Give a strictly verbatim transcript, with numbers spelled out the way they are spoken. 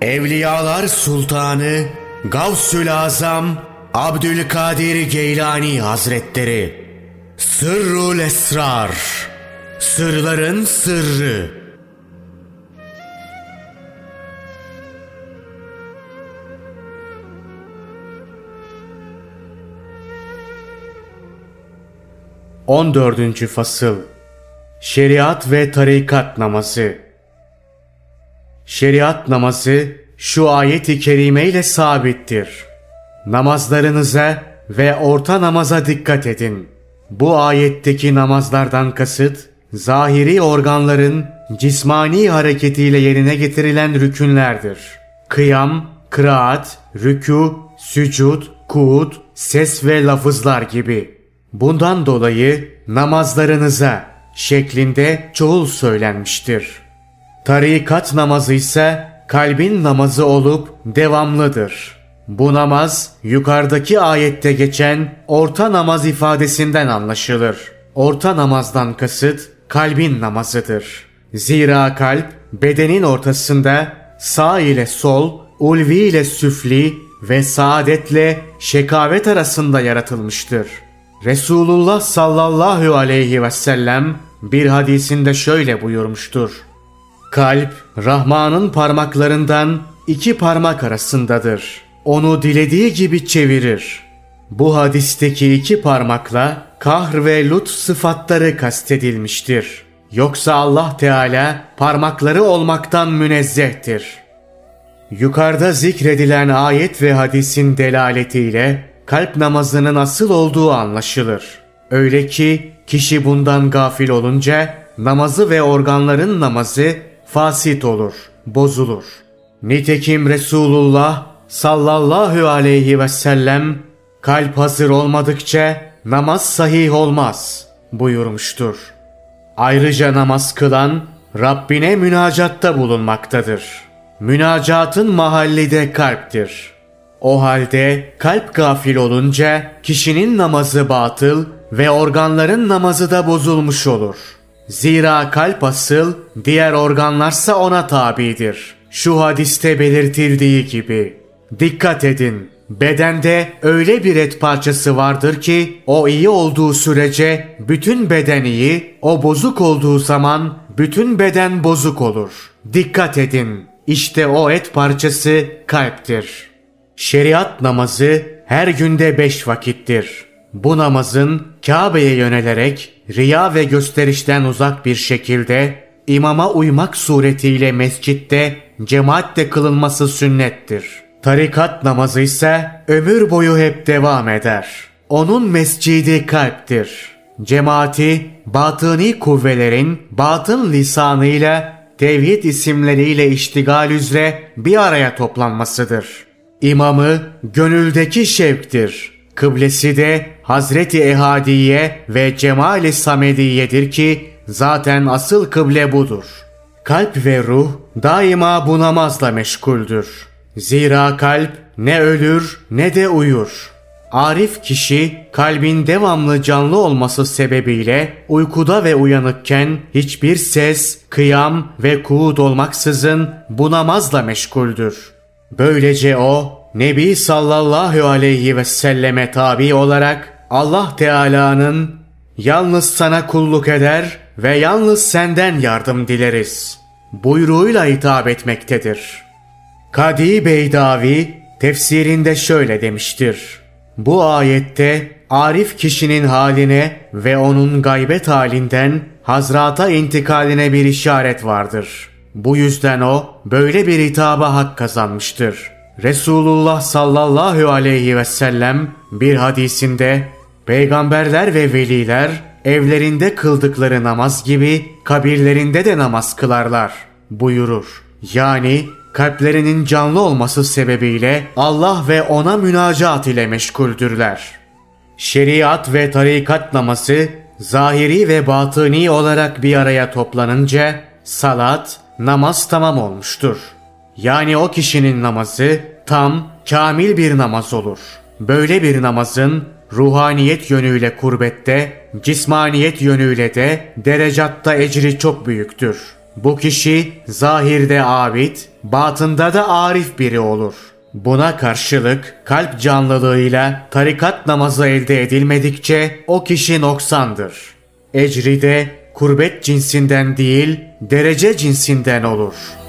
Evliyalar Sultanı Gavsül Azam Abdülkadir Geylani Hazretleri. Sırrul Esrar, sırların sırrı. on dördüncü Fasıl. Şeriat ve tarikat namazı. Şeriat namazı şu ayet-i kerime ile sabittir. Namazlarınıza ve orta namaza dikkat edin. Bu ayetteki namazlardan kasıt, zahiri organların cismani hareketiyle yerine getirilen rükünlerdir. Kıyam, kıraat, rükû, sücud, kuud, ses ve lafızlar gibi. Bundan dolayı namazlarınıza şeklinde çoğul söylenmiştir. Tarikat namazı ise kalbin namazı olup devamlıdır. Bu namaz yukarıdaki ayette geçen orta namaz ifadesinden anlaşılır. Orta namazdan kasıt kalbin namazıdır. Zira kalp bedenin ortasında sağ ile sol, ulvi ile süfli ve saadetle şekavet arasında yaratılmıştır. Resulullah sallallahu aleyhi ve sellem bir hadisinde şöyle buyurmuştur. Kalp Rahman'ın parmaklarından iki parmak arasındadır. Onu dilediği gibi çevirir. Bu hadisteki iki parmakla kahr ve lut sıfatları kastedilmiştir. Yoksa Allah Teala parmakları olmaktan münezzehtir. Yukarıda zikredilen ayet ve hadisin delaletiyle kalp namazının asıl olduğu anlaşılır. Öyle ki kişi bundan gafil olunca namazı ve organların namazı fasit olur, bozulur. Nitekim Resulullah sallallahu aleyhi ve sellem kalp hazır olmadıkça namaz sahih olmaz buyurmuştur. Ayrıca namaz kılan Rabbine münacatta bulunmaktadır. Münacatın mahalli de kalptir. O halde kalp gafil olunca kişinin namazı batıl ve organların namazı da bozulmuş olur. Zira kalp asıl, diğer organlarsa ona tabidir. Şu hadiste belirtildiği gibi. Dikkat edin, bedende öyle bir et parçası vardır ki o iyi olduğu sürece bütün beden iyi, o bozuk olduğu zaman bütün beden bozuk olur. Dikkat edin, işte o et parçası kalptir. Şeriat namazı her günde beş vakittir. Bu namazın Kabe'ye yönelerek riya ve gösterişten uzak bir şekilde imama uymak suretiyle mescitte cemaatle kılınması sünnettir. Tarikat namazı ise ömür boyu hep devam eder. Onun mescidi kalptir. Cemaati batıni kuvvelerin batın lisanıyla tevhid isimleriyle iştigal üzere bir araya toplanmasıdır. İmamı gönüldeki şevktir. Kıblesi de Hazreti Ehadiye ve Cemal-i Samediye'dir ki zaten asıl kıble budur. Kalp ve ruh daima bu namazla meşguldür. Zira kalp ne ölür ne de uyur. Arif kişi kalbin devamlı canlı olması sebebiyle uykuda ve uyanıkken hiçbir ses, kıyam ve kuud olmaksızın bu namazla meşguldür. Böylece o Nebi sallallahu aleyhi ve selleme tabi olarak Allah Teala'nın yalnız sana kulluk eder ve yalnız senden yardım dileriz buyruğuyla hitap etmektedir. Kadi Beydavi tefsirinde şöyle demiştir. Bu ayette arif kişinin haline ve onun gaybet halinden hazrata intikaline bir işaret vardır. Bu yüzden o böyle bir hitaba hak kazanmıştır. Resulullah sallallahu aleyhi ve sellem bir hadisinde peygamberler ve veliler evlerinde kıldıkları namaz gibi kabirlerinde de namaz kılarlar buyurur. Yani kalplerinin canlı olması sebebiyle Allah ve ona münacat ile meşguldürler. Şeriat ve tarikat namazı zahiri ve batıni olarak bir araya toplanınca salat, namaz tamam olmuştur. Yani o kişinin namazı tam, kamil bir namaz olur. Böyle bir namazın ruhaniyet yönüyle kurbette, cismaniyet yönüyle de derecatta ecri çok büyüktür. Bu kişi zahirde abid, batında da arif biri olur. Buna karşılık kalp canlılığıyla tarikat namazı elde edilmedikçe o kişi noksandır. Ecri de kurbet cinsinden değil, derece cinsinden olur.